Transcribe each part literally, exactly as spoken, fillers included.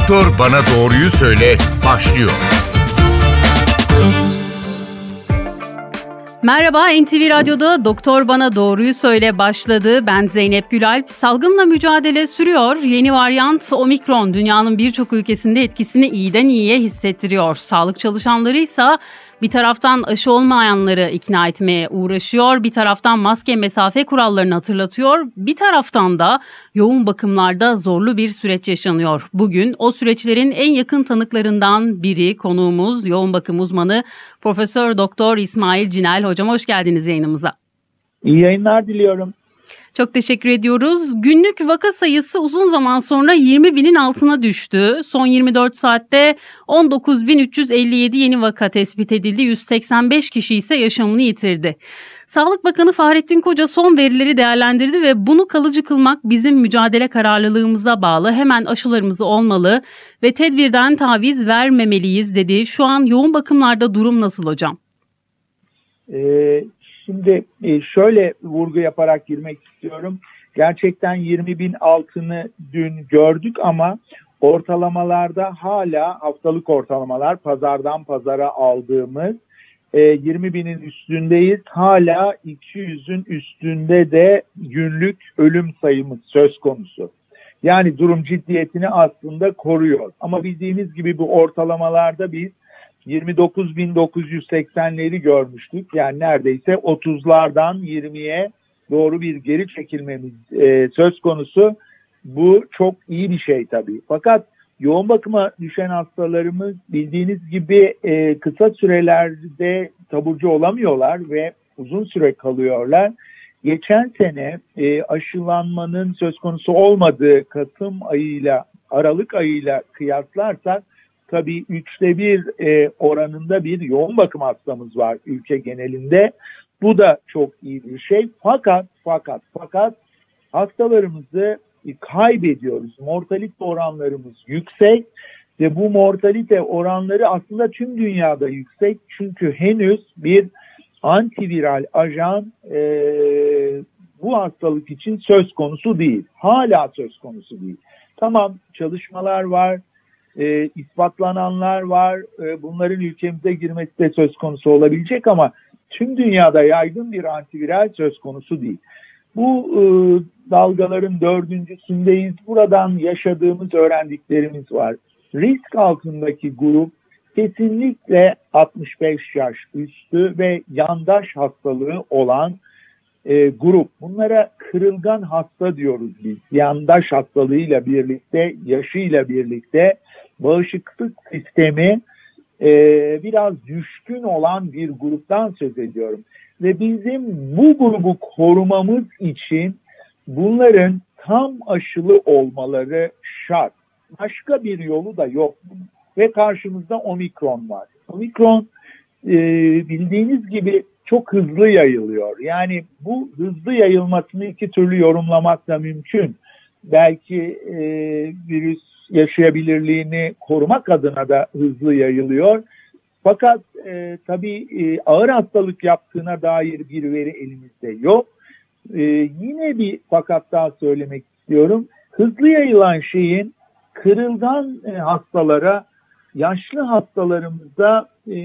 Doktor Bana Doğruyu Söyle başlıyor. Merhaba, N T V Radyo'da Doktor Bana Doğruyu Söyle başladı. Ben Zeynep Gülalp. Salgınla mücadele sürüyor. Yeni varyant Omikron dünyanın birçok ülkesinde etkisini iyiden iyiye hissettiriyor. Sağlık çalışanları ise bir taraftan aşı olmayanları ikna etmeye uğraşıyor. Bir taraftan maske, mesafe kurallarını hatırlatıyor. Bir taraftan da yoğun bakımlarda zorlu bir süreç yaşanıyor. Bugün o süreçlerin en yakın tanıklarından biri konuğumuz, yoğun bakım uzmanı Profesör Doktor İsmail Cinel. Hocam hoş geldiniz yayınımıza. İyi yayınlar diliyorum. Çok teşekkür ediyoruz. Günlük vaka sayısı uzun zaman sonra yirmi binin altına düştü. Son yirmi dört saatte on dokuz bin üç yüz elli yedi yeni vaka tespit edildi. yüz seksen beş kişi ise yaşamını yitirdi. Sağlık Bakanı Fahrettin Koca son verileri değerlendirdi ve bunu kalıcı kılmak bizim mücadele kararlılığımıza bağlı. Hemen aşılarımız olmalı ve tedbirden taviz vermemeliyiz dedi. Şu an yoğun bakımlarda durum nasıl hocam? Ee, şimdi şöyle vurgu yaparak girmek istiyorum. Gerçekten yirmi bin altını dün gördük ama ortalamalarda hala haftalık ortalamalar pazardan pazara aldığımız e, yirmi binin üstündeyiz. Hala iki yüzün üstünde de günlük ölüm sayımız söz konusu. Yani durum ciddiyetini aslında koruyor. Ama bildiğiniz gibi bu ortalamalarda biz yirmi dokuz bin dokuz yüz seksenleri görmüştük. Yani neredeyse otuzlardan yirmiye doğru bir geri çekilmemiz e, söz konusu. Bu çok iyi bir şey tabii. Fakat yoğun bakıma düşen hastalarımız bildiğiniz gibi e, kısa sürelerde taburcu olamıyorlar ve uzun süre kalıyorlar. Geçen sene e, aşılanmanın söz konusu olmadığı Kasım ayıyla Aralık ayıyla kıyaslarsak tabii üçte bir e, oranında bir yoğun bakım hastamız var ülke genelinde. Bu da çok iyi bir şey. Fakat fakat fakat hastalarımızı kaybediyoruz. Mortalite oranlarımız yüksek ve bu mortalite oranları aslında tüm dünyada yüksek. Çünkü henüz bir antiviral ajan e, bu hastalık için söz konusu değil. Hala söz konusu değil. Tamam, çalışmalar var. E, ispatlananlar var. E, bunların ülkemize girmesi de söz konusu olabilecek ama tüm dünyada yaygın bir antiviral söz konusu değil. Bu e, dalgaların dördüncüsündeyiz. Buradan yaşadığımız, öğrendiklerimiz var. Risk altındaki grup kesinlikle altmış beş yaş üstü ve yandaş hastalığı olan e, grup. Bunlara kırılgan hasta diyoruz biz. Yandaş hastalığıyla birlikte, yaşıyla birlikte bağışıklık sistemi e, biraz düşkün olan bir gruptan söz ediyorum. Ve bizim bu grubu korumamız için bunların tam aşılı olmaları şart. Başka bir yolu da yok. Ve karşımızda Omikron var. Omikron e, bildiğiniz gibi çok hızlı yayılıyor. Yani bu hızlı yayılmasını iki türlü yorumlamak da mümkün. Belki e, virüs yaşayabilirliğini korumak adına da hızlı yayılıyor. Fakat e, tabii e, ağır hastalık yaptığına dair bir veri elimizde yok. E, yine bir fakat daha söylemek istiyorum. Hızlı yayılan şeyin kırılgan e, hastalara, yaşlı hastalarımıza e,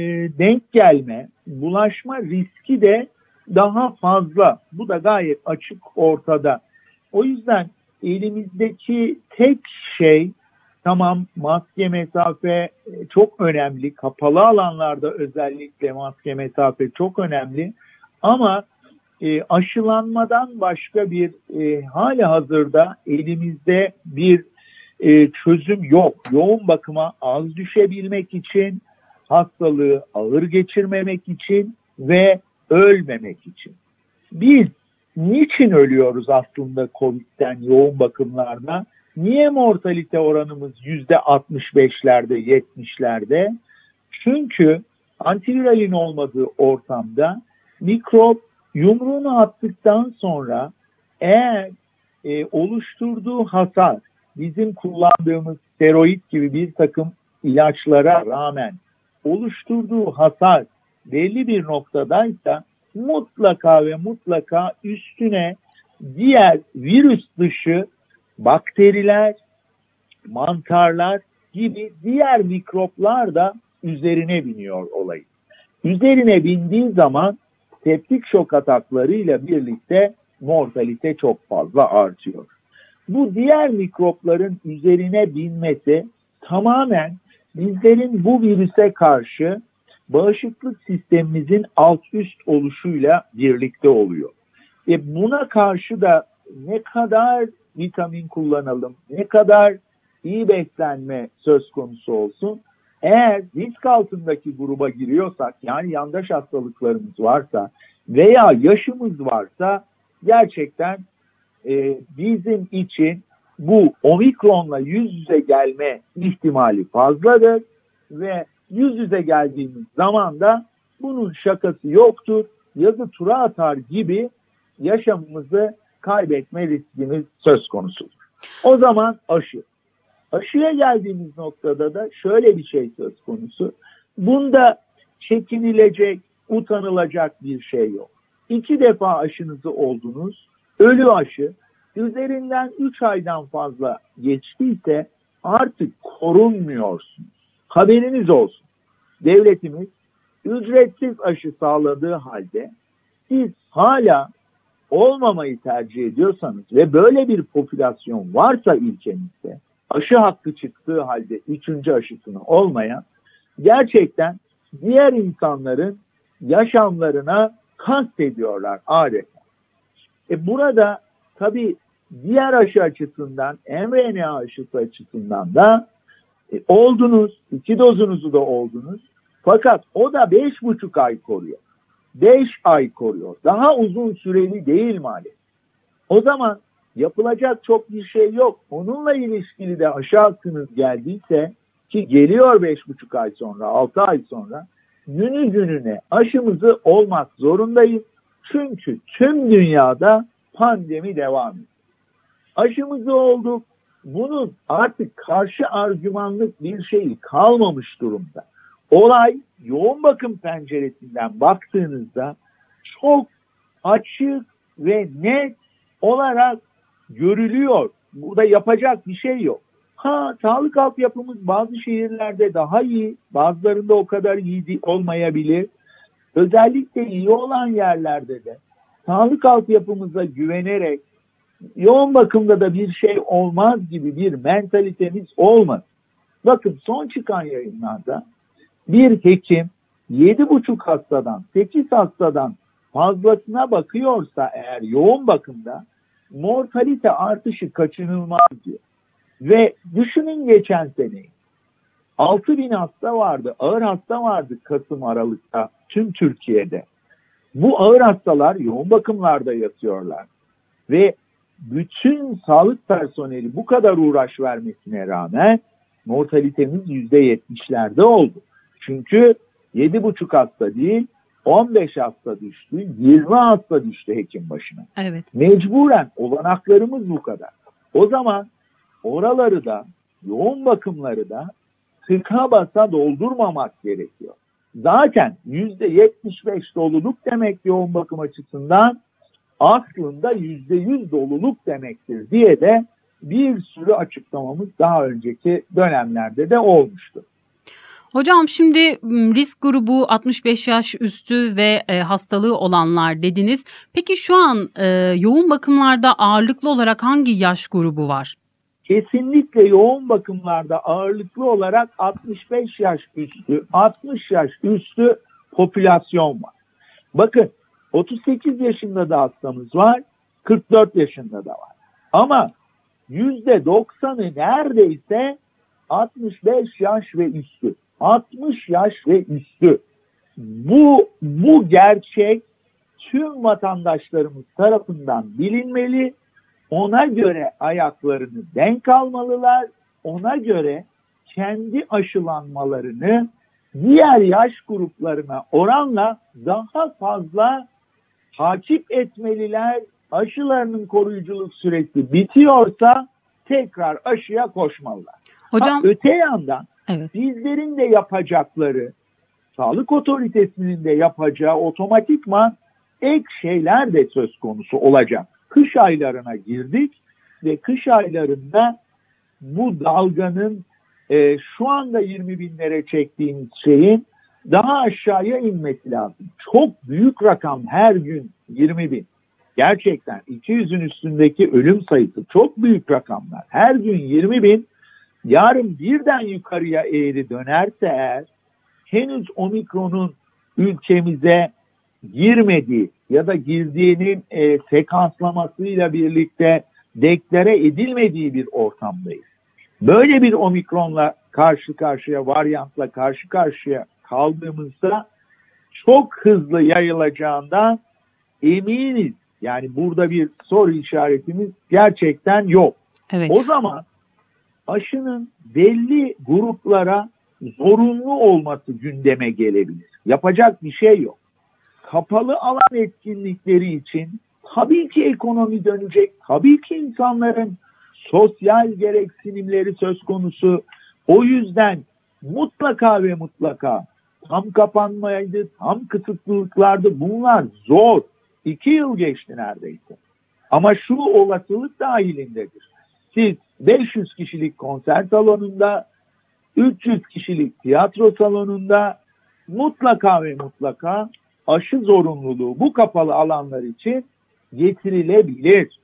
denk gelme, bulaşma riski de daha fazla. Bu da gayet açık ortada. O yüzden elimizdeki tek şey, tamam, maske, mesafe çok önemli. Kapalı alanlarda özellikle maske, mesafe çok önemli. Ama e, aşılanmadan başka bir e, hali hazırda elimizde bir e, çözüm yok. Yoğun bakıma az düşebilmek için, hastalığı ağır geçirmemek için ve ölmemek için. Biz niçin ölüyoruz aslında Covid'den yoğun bakımlarda? Niye mortalite oranımız yüzde altmış beşlerde, yetmişlerde? Çünkü antiviralin olmadığı ortamda mikrop yumruğunu attıktan sonra eğer e, oluşturduğu hasar bizim kullandığımız steroid gibi bir takım ilaçlara rağmen oluşturduğu hasar belli bir noktadaysa mutlaka ve mutlaka üstüne diğer virüs dışı bakteriler, mantarlar gibi diğer mikroplar da üzerine biniyor olayı. Üzerine bindiği zaman septik şok ataklarıyla birlikte mortalite çok fazla artıyor. Bu diğer mikropların üzerine binmesi tamamen bizlerin bu virüse karşı bağışıklık sistemimizin alt üst oluşuyla birlikte oluyor. E buna karşı da ne kadar vitamin kullanalım, ne kadar iyi beslenme söz konusu olsun, eğer risk altındaki gruba giriyorsak, yani yandaş hastalıklarımız varsa veya yaşımız varsa gerçekten e, bizim için bu omikronla yüz yüze gelme ihtimali fazladır ve yüz yüze geldiğimiz zaman da bunun şakası yoktur. Yazı tura atar gibi yaşamımızı kaybetme riskimiz söz konusudur. O zaman aşı. Aşıya geldiğimiz noktada da şöyle bir şey söz konusu. Bunda çekinilecek, utanılacak bir şey yok. İki defa aşınızı oldunuz. Ölü aşı üzerinden üç aydan fazla geçtiyse artık korunmuyorsunuz. Haberiniz olsun. Devletimiz ücretsiz aşı sağladığı halde siz hala olmamayı tercih ediyorsanız ve böyle bir popülasyon varsa ülkemizde, aşı hakkı çıktığı halde üçüncü aşısını olmayan, gerçekten diğer insanların yaşamlarına kastediyorlar adeta. E burada tabii diğer aşı açısından, mRNA aşısı açısından da e, oldunuz, iki dozunuzu da oldunuz. Fakat o da beş buçuk ay koruyor. Beş ay koruyor. Daha uzun süreli değil maalesef. O zaman yapılacak çok bir şey yok. Onunla ilişkili de aşı hakkınız geldiyse, ki geliyor beş buçuk ay sonra, altı ay sonra, günü gününe aşımızı olmak zorundayız. Çünkü tüm dünyada pandemi devam ediyor. Aşımızı olduk. Bunun artık karşı argümanlık bir şey kalmamış durumda. Olay yoğun bakım penceresinden baktığınızda çok açık ve net olarak görülüyor. Burada yapacak bir şey yok. Ha, sağlık altyapımız bazı şehirlerde daha iyi, bazılarında o kadar iyi olmayabilir. Özellikle iyi olan yerlerde de sağlık altyapımıza güvenerek yoğun bakımda da bir şey olmaz gibi bir mentalitemiz olmaz. Bakın son çıkan yayınlarda bir hekim yedi buçuk hastadan sekiz hastadan fazlasına bakıyorsa eğer yoğun bakımda mortalite artışı kaçınılmaz diyor. Ve düşünün geçen seneyi. altı bin hasta vardı, ağır hasta vardı Kasım Aralık'ta tüm Türkiye'de. Bu ağır hastalar yoğun bakımlarda yatıyorlar. Ve bütün sağlık personeli bu kadar uğraş vermesine rağmen mortalitemiz yüzde yetmişlerde oldu. Çünkü yedi buçuk hasta değil, on beş hasta düştü, yirmi hasta düştü hekim başına. Evet. Mecburen olanaklarımız bu kadar. O zaman oraları da, yoğun bakımları da tıka basa doldurmamak gerekiyor. Zaten yüzde yetmiş beş doluluk demek yoğun bakım açısından aslında yüzde yüz doluluk demektir diye de bir sürü açıklamamız daha önceki dönemlerde de olmuştu. Hocam şimdi risk grubu altmış beş yaş üstü ve e, hastalığı olanlar dediniz. Peki şu an e, yoğun bakımlarda ağırlıklı olarak hangi yaş grubu var? Kesinlikle yoğun bakımlarda ağırlıklı olarak altmış beş yaş üstü, altmış yaş üstü popülasyon var. Bakın otuz sekiz yaşında da hastamız var, kırk dört yaşında da var. Ama yüzde doksanı neredeyse altmış beş yaş ve üstü. altmış yaş ve üstü. Bu, bu gerçek tüm vatandaşlarımız tarafından bilinmeli. Ona göre ayaklarını denk almalılar. Ona göre kendi aşılanmalarını diğer yaş gruplarına oranla daha fazla takip etmeliler. Aşılarının koruyuculuk süresi bitiyorsa tekrar aşıya koşmalılar. Hocam, ha, öte yandan evet. bizlerin de yapacakları, sağlık otoritesinin de yapacağı otomatikman ek şeyler de söz konusu olacak. Kış aylarına girdik ve kış aylarında bu dalganın e, şu anda yirmi binlere çektiğimiz şeyin daha aşağıya inmesi lazım. Çok büyük rakam her gün yirmi bin. Gerçekten iki yüzün üstündeki ölüm sayısı çok büyük rakamlar. Her gün yirmi bin, yarın birden yukarıya eğri dönerse eğer, henüz omikronun ülkemize girmediği ya da girdiğinin e, sekanslamasıyla birlikte deklare edilmediği bir ortamdayız. Böyle bir omikronla karşı karşıya, varyantla karşı karşıya kaldığımızda çok hızlı yayılacağından eminiz. Yani burada bir soru işaretimiz gerçekten yok. Evet. O zaman aşının belli gruplara zorunlu olması gündeme gelebilir. Yapacak bir şey yok. Kapalı alan etkinlikleri için tabii ki ekonomi dönecek. Tabii ki insanların sosyal gereksinimleri söz konusu. O yüzden mutlaka ve mutlaka tam kapanmaydı, tam kısıtlılıklardı. Bunlar zor. İki yıl geçti neredeyse. Ama şu olasılık dahilindedir. Siz beş yüz kişilik konser salonunda, üç yüz kişilik tiyatro salonunda mutlaka ve mutlaka aşı zorunluluğu bu kapalı alanlar için getirilebilir.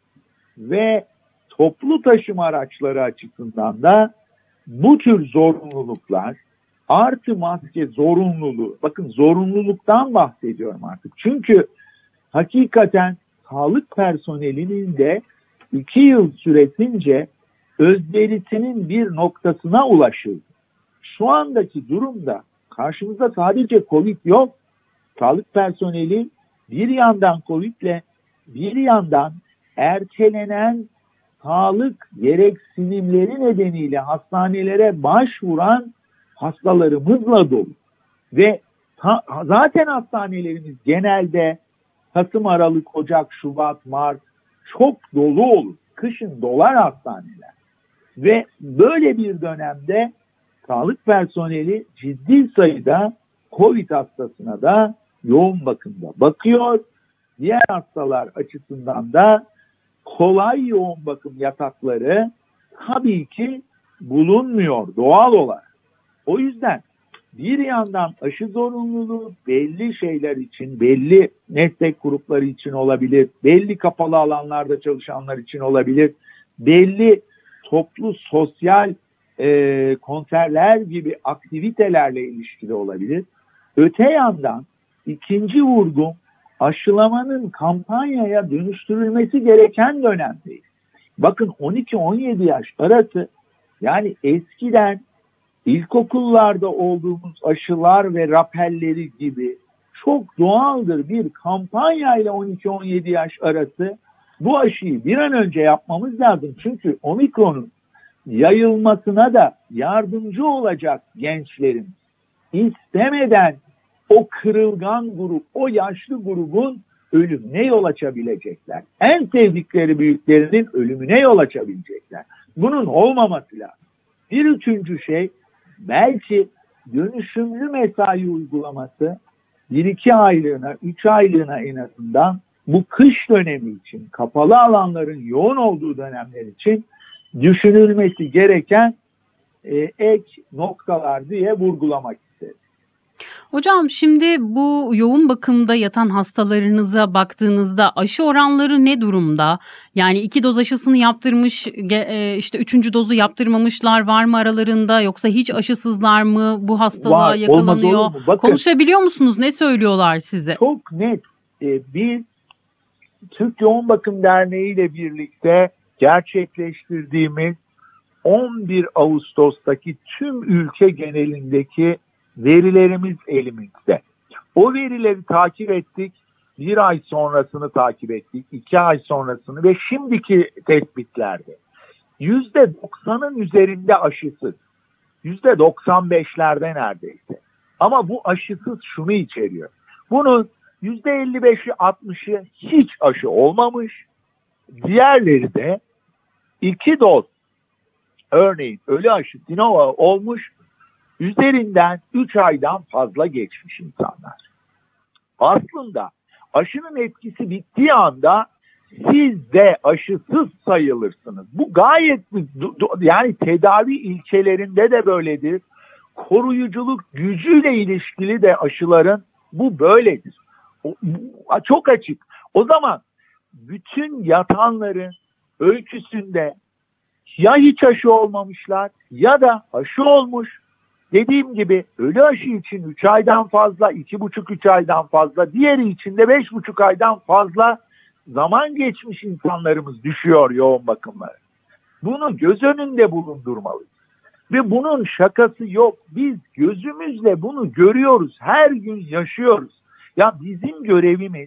Ve toplu taşıma araçları açısından da bu tür zorunluluklar, artı maske zorunluluğu, bakın zorunluluktan bahsediyorum artık. Çünkü hakikaten sağlık personelinin de iki yıl süresince özverisinin bir noktasına ulaşıldı. Şu andaki durumda karşımızda sadece Covid yok. Sağlık personeli bir yandan Covid'le, bir yandan ertelenen sağlık gereksinimleri nedeniyle hastanelere başvuran hastalarımızla dolu. Ve ta, zaten hastanelerimiz genelde Kasım, Aralık, Ocak, Şubat, Mart çok dolu olur. Kışın dolar hastaneler. Ve böyle bir dönemde sağlık personeli ciddi sayıda Covid hastasına da yoğun bakımda bakıyor. Diğer hastalar açısından da kolay yoğun bakım yatakları tabii ki bulunmuyor doğal olarak. O yüzden bir yandan aşı zorunluluğu belli şeyler için, belli meslek grupları için olabilir, belli kapalı alanlarda çalışanlar için olabilir, belli toplu sosyal e, konserler gibi aktivitelerle ilişkili olabilir. Öte yandan ikinci vurgum aşılamanın kampanyaya dönüştürülmesi gereken dönemdeyiz. Bakın on iki on yedi yaş arası, yani eskiden İlkokullarda olduğumuz aşılar ve rapelleri gibi çok doğaldır bir kampanyayla on iki on yedi yaş arası bu aşıyı bir an önce yapmamız lazım. Çünkü omikronun yayılmasına da yardımcı olacak gençlerin istemeden o kırılgan grup, o yaşlı grubun ölümüne yol açabilecekler. En sevdikleri büyüklerinin ölümüne yol açabilecekler. Bunun olmaması lazım. Bir üçüncü şey, belki dönüşümlü mesai uygulaması bir iki aylığına, üç aylığına en azından bu kış dönemi için, kapalı alanların yoğun olduğu dönemler için düşünülmesi gereken e, ek noktalar diye vurgulamak isterim. Hocam şimdi bu yoğun bakımda yatan hastalarınıza baktığınızda aşı oranları ne durumda? Yani iki doz aşısını yaptırmış, işte üçüncü dozu yaptırmamışlar var mı aralarında, yoksa hiç aşısızlar mı bu hastalığa var, yakalanıyor? Bakın, konuşabiliyor musunuz? Ne söylüyorlar size? Çok net. Ee, biz Türk Yoğun Bakım Derneği ile birlikte gerçekleştirdiğimiz on bir Ağustos'taki tüm ülke genelindeki verilerimiz elimizde. O verileri takip ettik. Bir ay sonrasını takip ettik. iki ay sonrasını ve şimdiki tespitlerde yüzde doksanın üzerinde aşısız. yüzde doksan beşlerde neredeyse. Ama bu aşısız şunu içeriyor. Bunun yüzde elli beşi altmışı hiç aşı olmamış. Diğerleri de iki doz, örneğin ölü aşı Sinovac olmuş, üzerinden üç aydan fazla geçmiş insanlar. Aslında aşının etkisi bittiği anda siz de aşısız sayılırsınız. Bu gayet yani tedavi ilkelerinde de böyledir. Koruyuculuk gücüyle ilişkili de aşıların bu böyledir. O, çok açık. O zaman bütün yatanların öyküsünde ya hiç aşı olmamışlar ya da aşı olmuş. Dediğim gibi ölü aşı için üç aydan fazla, iki buçuk üç aydan fazla, diğeri için de beş buçuk aydan fazla zaman geçmiş insanlarımız düşüyor yoğun bakımlara. Bunu göz önünde bulundurmalıyız. Ve bunun şakası yok. Biz gözümüzle bunu görüyoruz. Her gün yaşıyoruz. Ya bizim görevimiz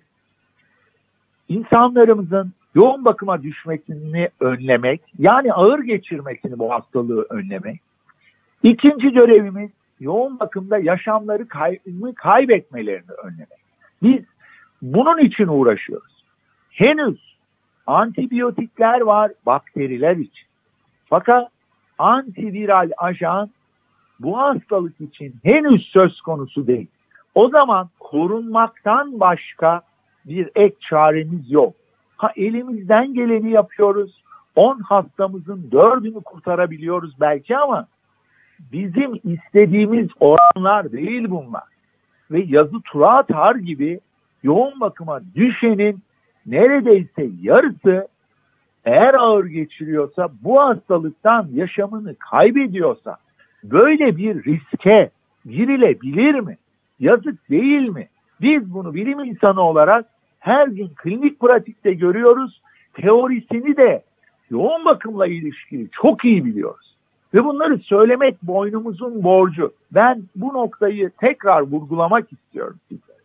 insanlarımızın yoğun bakıma düşmesini önlemek, yani ağır geçirmesini, bu hastalığı önlemek. İkinci görevimiz yoğun bakımda yaşamları kay- kaybetmelerini önlemek. Biz bunun için uğraşıyoruz. Henüz antibiyotikler var bakteriler için. Fakat antiviral ajan bu hastalık için henüz söz konusu değil. O zaman korunmaktan başka bir ek çaremiz yok. Ha, elimizden geleni yapıyoruz. on hastamızın dördünü kurtarabiliyoruz belki ama bizim istediğimiz oranlar değil bunlar. Ve yazı tura atar gibi yoğun bakıma düşenin neredeyse yarısı eğer ağır geçiriyorsa, bu hastalıktan yaşamını kaybediyorsa böyle bir riske girilebilir mi? Yazık değil mi? Biz bunu bilim insanı olarak her gün klinik pratikte görüyoruz. Teorisini de yoğun bakımla ilişkili çok iyi biliyoruz. Ve bunları söylemek boynumuzun borcu. Ben bu noktayı tekrar vurgulamak istiyorum sizlere.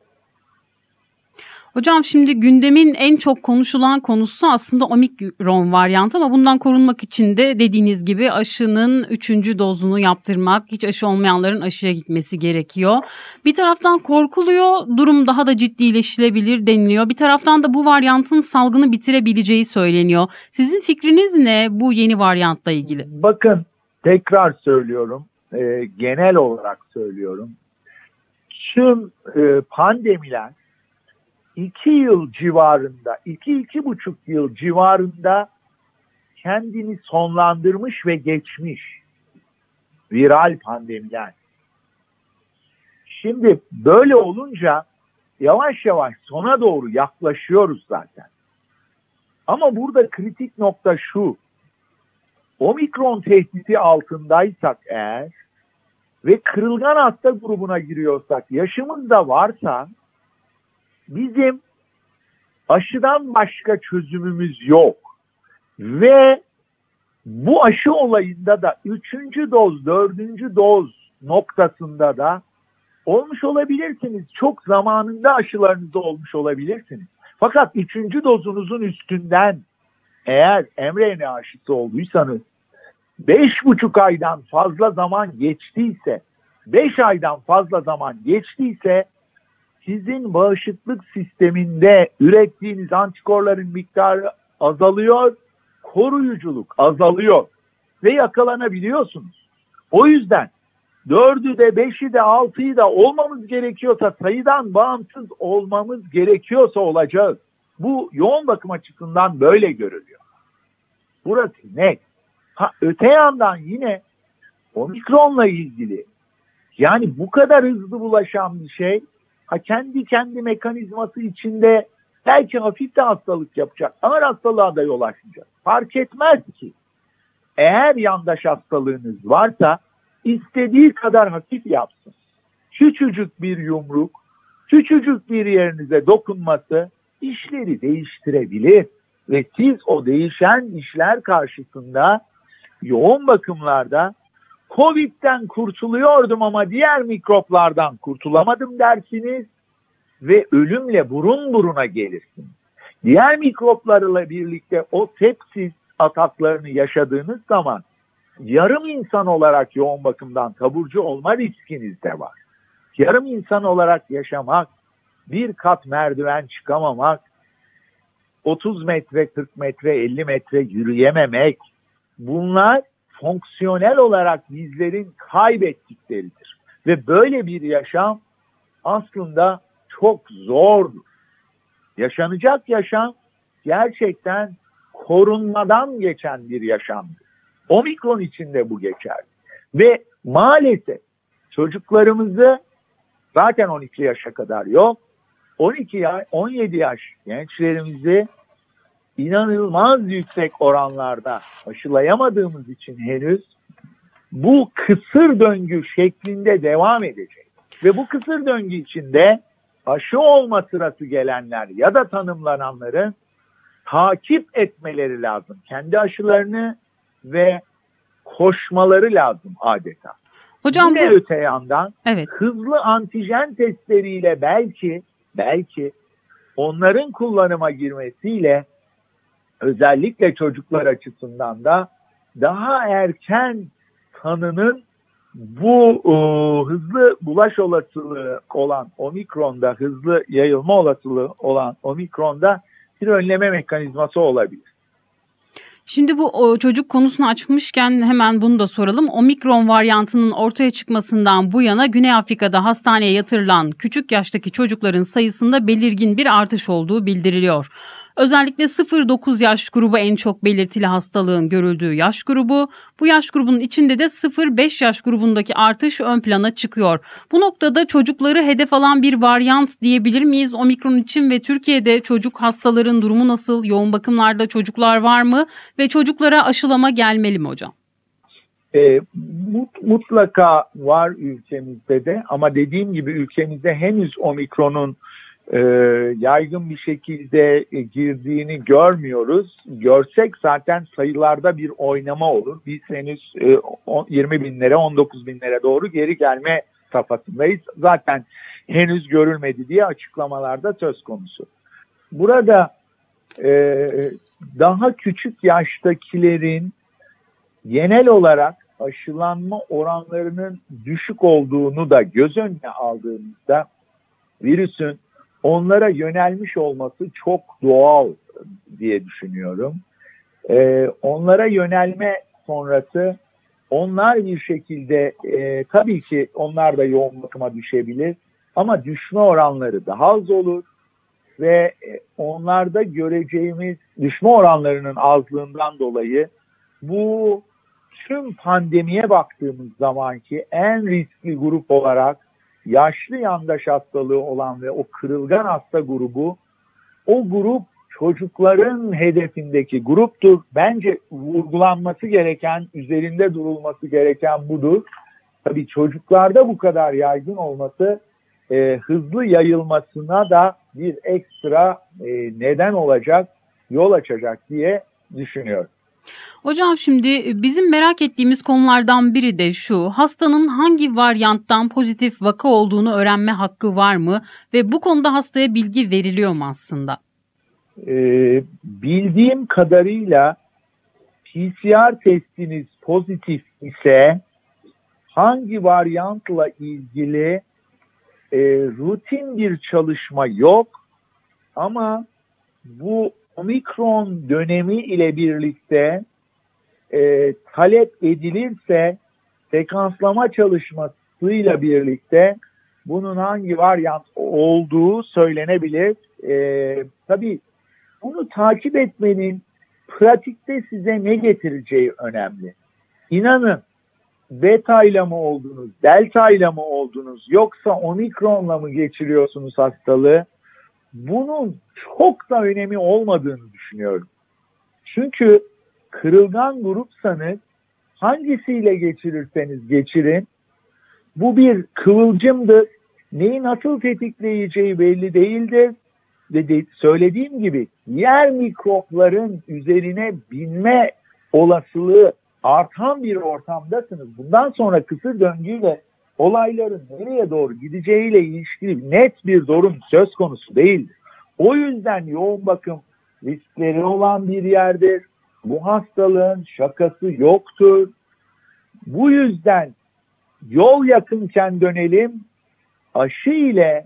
Hocam şimdi gündemin en çok konuşulan konusu aslında omikron varyantı ama bundan korunmak için de dediğiniz gibi aşının üçüncü dozunu yaptırmak, hiç aşı olmayanların aşıya gitmesi gerekiyor. Bir taraftan korkuluyor, durum daha da ciddileşilebilir deniliyor. Bir taraftan da bu varyantın salgını bitirebileceği söyleniyor. Sizin fikriniz ne bu yeni varyantla ilgili? Bakın tekrar söylüyorum, e, genel olarak söylüyorum. Tüm e, pandemiler iki yıl civarında, iki, iki buçuk yıl civarında kendini sonlandırmış ve geçmiş viral pandemiler. Şimdi böyle olunca yavaş yavaş sona doğru yaklaşıyoruz zaten. Ama burada kritik nokta şu: omikron tehdidi altındaysak eğer ve kırılgan hasta grubuna giriyorsak, yaşımız da varsa, bizim aşıdan başka çözümümüz yok. Ve bu aşı olayında da üçüncü doz, dördüncü doz noktasında da olmuş olabilirsiniz. Çok zamanında aşılarınızda olmuş olabilirsiniz. Fakat üçüncü dozunuzun üstünden eğer mRNA aşısı olduysanız, beş buçuk aydan fazla zaman geçtiyse, beş aydan fazla zaman geçtiyse, sizin bağışıklık sisteminde ürettiğiniz antikorların miktarı azalıyor, koruyuculuk azalıyor ve yakalanabiliyorsunuz. O yüzden dördü de beşi de altıyı da olmamız gerekiyorsa, sayıdan bağımsız olmamız gerekiyorsa olacağız. Bu yoğun bakım açısından böyle görülüyor. Burası net. Ha, öte yandan yine omikronla ilgili, yani bu kadar hızlı bulaşan bir şey, ha kendi kendi mekanizması içinde belki hafif de hastalık yapacak, ağır hastalığa da yol açacak. Fark etmez ki. Eğer yandaş hastalığınız varsa istediği kadar hafif yapsın. Küçücük bir yumruk, küçücük bir yerinize dokunması işleri değiştirebilir. Ve siz o değişen işler karşısında yoğun bakımlarda Covid'den kurtuluyordum ama diğer mikroplardan kurtulamadım dersiniz ve ölümle burun buruna gelirsiniz. Diğer mikroplarla birlikte o sepsis ataklarını yaşadığınız zaman yarım insan olarak yoğun bakımdan taburcu olma riskiniz de var. Yarım insan olarak yaşamak, bir kat merdiven çıkamamak, otuz metre, kırk metre, elli metre yürüyememek, bunlar fonksiyonel olarak bizlerin kaybettikleridir. Ve böyle bir yaşam aslında çok zordur. Yaşanacak yaşam gerçekten korunmadan geçen bir yaşamdır. Omikron için de bu geçerli. Ve maalesef çocuklarımızı zaten on iki yaşa kadar yok. on iki yaş, on yedi yaş gençlerimizi inanılmaz yüksek oranlarda aşılayamadığımız için henüz bu kısır döngü şeklinde devam edecek. Ve bu kısır döngü içinde aşı olma sırası gelenler ya da tanımlananların takip etmeleri lazım. Kendi aşılarını ve koşmaları lazım adeta. Hocam Yine bu... öte yandan evet. hızlı antijen testleriyle belki belki onların kullanıma girmesiyle özellikle çocuklar açısından da daha erken tanının bu e, hızlı bulaş olasılığı olan omikronda, hızlı yayılma olasılığı olan omikronda bir önleme mekanizması olabilir. Şimdi bu o, çocuk konusunu açmışken hemen bunu da soralım. Omikron varyantının ortaya çıkmasından bu yana Güney Afrika'da hastaneye yatırılan küçük yaştaki çocukların sayısında belirgin bir artış olduğu bildiriliyor. Özellikle sıfır dokuz yaş grubu en çok belirtili hastalığın görüldüğü yaş grubu. Bu yaş grubunun içinde de sıfır beş yaş grubundaki artış ön plana çıkıyor. Bu noktada çocukları hedef alan bir varyant diyebilir miyiz Omikron için ve Türkiye'de çocuk hastaların durumu nasıl? Yoğun bakımlarda çocuklar var mı ve çocuklara aşılama gelmeli mi hocam? E, mutlaka var ülkemizde de, ama dediğim gibi ülkemizde henüz Omikron'un e, yaygın bir şekilde e, girdiğini görmüyoruz. Görsek zaten sayılarda bir oynama olur. Biz henüz e, yirmi binlere, on dokuz binlere doğru geri gelme safhasındayız. Zaten henüz görülmedi diye açıklamalarda söz konusu. Burada e, daha küçük yaştakilerin genel olarak aşılanma oranlarının düşük olduğunu da göz önüne aldığımızda virüsün onlara yönelmiş olması çok doğal diye düşünüyorum. Ee, onlara yönelme sonrası onlar bir şekilde e, tabii ki onlar da yoğun bakıma düşebilir ama düşme oranları daha az olur ve onlarda göreceğimiz düşme oranlarının azlığından dolayı bu tüm pandemiye baktığımız zamanki en riskli grup olarak yaşlı yandaş hastalığı olan ve o kırılgan hasta grubu, o grup çocukların hedefindeki gruptur. Bence vurgulanması gereken, üzerinde durulması gereken budur. Tabii çocuklarda bu kadar yaygın olması e, hızlı yayılmasına da bir ekstra e, neden olacak, yol açacak diye düşünüyorum. Hocam şimdi bizim merak ettiğimiz konulardan biri de şu: hastanın hangi varyanttan pozitif vaka olduğunu öğrenme hakkı var mı ve bu konuda hastaya bilgi veriliyor mu aslında? Ee, bildiğim kadarıyla P C R testiniz pozitif ise hangi varyantla ilgili e, rutin bir çalışma yok, ama bu Omikron dönemi ile birlikte e, talep edilirse sekanslama çalışmasıyla birlikte bunun hangi varyant olduğu söylenebilir. E, tabii bunu takip etmenin pratikte size ne getireceği önemli. İnanın, beta ile mi oldunuz, delta ile mi oldunuz, yoksa omikronla mı geçiriyorsunuz hastalığı? Bunun çok da önemi olmadığını düşünüyorum. Çünkü kırılgan grupsanız hangisiyle geçirirseniz geçirin, bu bir kıvılcımdır. Neyi nasıl tetikleyeceği belli değildir. Ve de, söylediğim gibi diğer mikropların üzerine binme olasılığı artan bir ortamdasınız. Bundan sonra kısır döngüyle olayların nereye doğru gideceğiyle ilişkili net bir durum söz konusu değildir. O yüzden yoğun bakım riskleri olan bir yerdir. Bu hastalığın şakası yoktur. Bu yüzden yol yakınken dönelim, aşı ile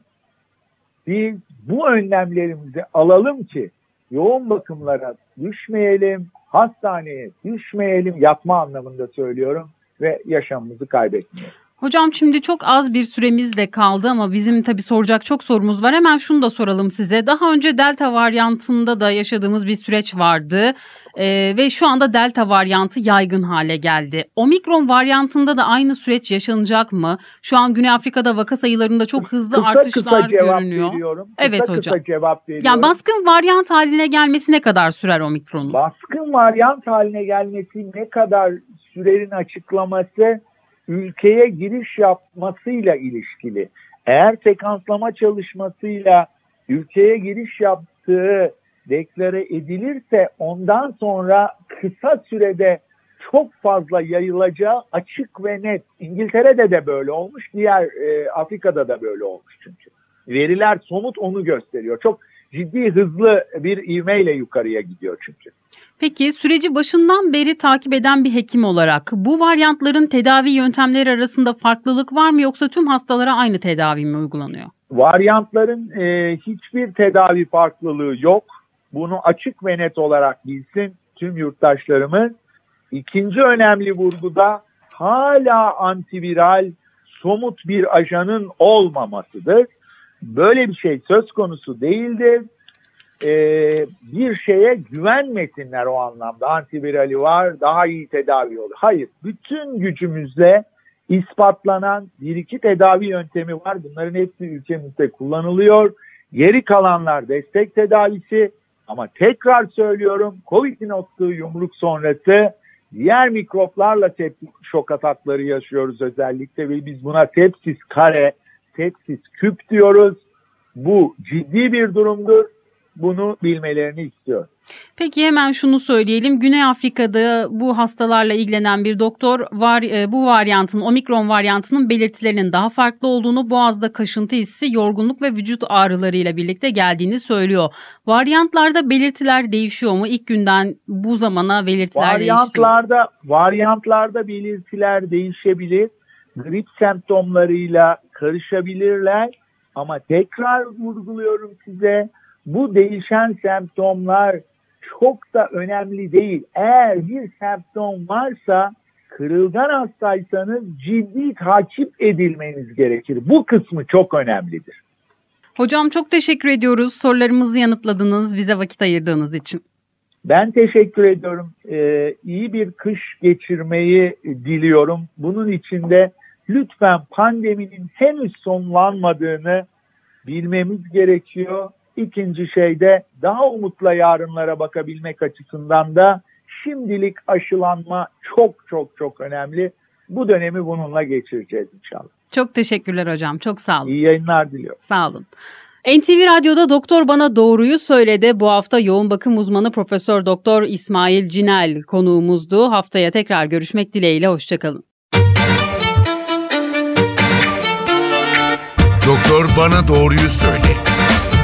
biz bu önlemlerimizi alalım ki yoğun bakımlara düşmeyelim, hastaneye düşmeyelim, yatma anlamında söylüyorum, ve yaşamımızı kaybetmeyelim. Hocam şimdi çok az bir süremiz de kaldı ama bizim tabii soracak çok sorumuz var. Hemen şunu da soralım size. Daha önce Delta varyantında da yaşadığımız bir süreç vardı ee, ve şu anda Delta varyantı yaygın hale geldi. Omikron varyantında da aynı süreç yaşanacak mı? Şu an Güney Afrika'da vaka sayılarında çok hızlı kısa artışlar kısa cevap görünüyor. Veriyorum. Evet kısa hocam. Kısa cevap veriyorum. Yani baskın varyant haline gelmesi ne kadar sürer Omikron'un? Baskın varyant haline gelmesi ne kadar sürerin açıklaması ülkeye giriş yapmasıyla ilişkili. Eğer sekanslama çalışmasıyla ülkeye giriş yaptığı deklare edilirse ondan sonra kısa sürede çok fazla yayılacağı açık ve net. İngiltere'de de böyle olmuş, diğer e, Afrika'da da böyle olmuş çünkü. Veriler somut onu gösteriyor. Çok ciddi hızlı bir ivmeyle yukarıya gidiyor çünkü. Peki süreci başından beri takip eden bir hekim olarak bu varyantların tedavi yöntemleri arasında farklılık var mı yoksa tüm hastalara aynı tedavi mi uygulanıyor? Varyantların e, hiçbir tedavi farklılığı yok. Bunu açık ve net olarak bilsin tüm yurttaşlarımız. İkinci önemli vurguda hala antiviral somut bir ajanın olmamasıdır. Böyle bir şey söz konusu değildir. Ee, bir şeye güvenmesinler o anlamda. Antivirali var, daha iyi tedavi olur. Hayır, bütün gücümüzle ispatlanan bir iki tedavi yöntemi var. Bunların hepsi ülkemizde kullanılıyor. Geri kalanlar destek tedavisi. Ama tekrar söylüyorum, Covid'in attığı yumruk sonrası diğer mikroplarla septik şok atakları yaşıyoruz özellikle ve biz buna sepsis kare, sepsis küp diyoruz. Bu ciddi bir durumdur. Bunu bilmelerini istiyorum. Peki hemen şunu söyleyelim. Güney Afrika'da bu hastalarla ilgilenen bir doktor var, bu varyantın, omikron varyantının belirtilerinin daha farklı olduğunu, boğazda kaşıntı hissi, yorgunluk ve vücut ağrılarıyla birlikte geldiğini söylüyor. Varyantlarda belirtiler değişiyor mu? İlk günden bu zamana belirtiler varyantlarda, değişti mi? Varyantlarda belirtiler değişebilir. Grip semptomlarıyla karışabilirler. Ama tekrar vurguluyorum size, bu değişen semptomlar çok da önemli değil. Eğer bir semptom varsa, kırılgan hastaysanız ciddi takip edilmeniz gerekir. Bu kısmı çok önemlidir. Hocam çok teşekkür ediyoruz. Sorularımızı yanıtladınız, bize vakit ayırdığınız için. Ben teşekkür ediyorum. Ee, iyi bir kış geçirmeyi diliyorum. Bunun için de lütfen pandeminin henüz sonlanmadığını bilmemiz gerekiyor. İkinci şey de daha umutla yarınlara bakabilmek açısından da şimdilik aşılanma çok çok çok önemli. Bu dönemi bununla geçireceğiz inşallah. Çok teşekkürler hocam. Çok sağ olun. İyi yayınlar diliyorum. Sağ olun. N T V Radyo'da Doktor Bana Doğruyu Söyledi. Bu hafta yoğun bakım uzmanı Profesör Doktor İsmail Cinel konuğumuzdu. Haftaya tekrar görüşmek dileğiyle. Hoşçakalın. Doktor Bana Doğruyu Söyle.